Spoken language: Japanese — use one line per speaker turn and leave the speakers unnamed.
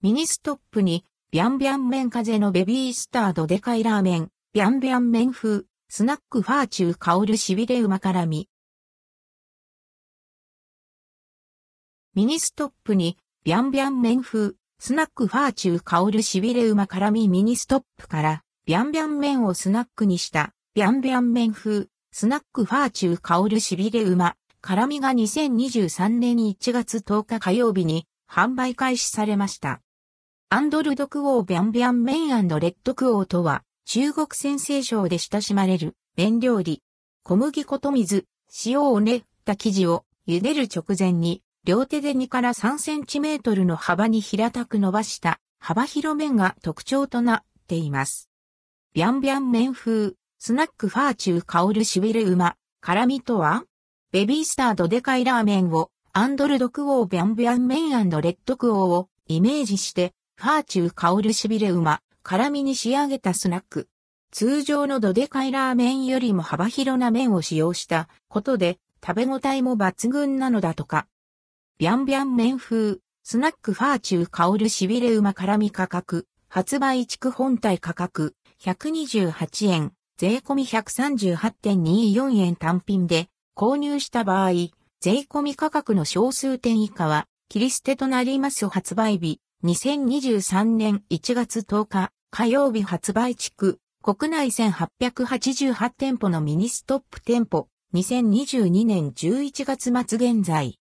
ミニストップに、ビャンビャン麺風のベビースタードデカイラーメン、ビャンビャン麺風、スナックファーチュー香るしびれ旨辛み。ミニストップに、ビャンビャン麺風、スナックファーチュー香るしびれ旨辛みミニストップから、ビャンビャン麺をスナックにした、ビャンビャン麺風、スナックファーチュー香るしびれ旨辛みが2023年1月10日火曜日に販売開始されました。アンドルドクオービャンビャン麺&レッドクオーとは、中国陝西省で親しまれる麺料理。小麦粉と水、塩を練った生地を茹でる直前に、両手で2から3センチメートルの幅に平たく伸ばした幅広麺が特徴となっています。ビャンビャン麺風、スナックファーチュー香るしびれ旨辛みとはベビースタードデカイラーメンをアンドルドクオービャンビャン麺&レッドクオーをイメージしてファーチュー香るしびれ旨辛みに仕上げたスナック。通常のドデカイラーメンよりも幅広な麺を使用したことで食べ応えも抜群なのだとか。ビャンビャン麺風、スナックファーチュー香るしびれ旨辛み価格、発売地区本体価格、128円、税込み 138.24 円単品で購入した場合、税込み価格の小数点以下は、切り捨てとなります発売日、2023年1月10日、火曜日発売地区、国内1888店舗のミニストップ店舗、2022年11月末現在。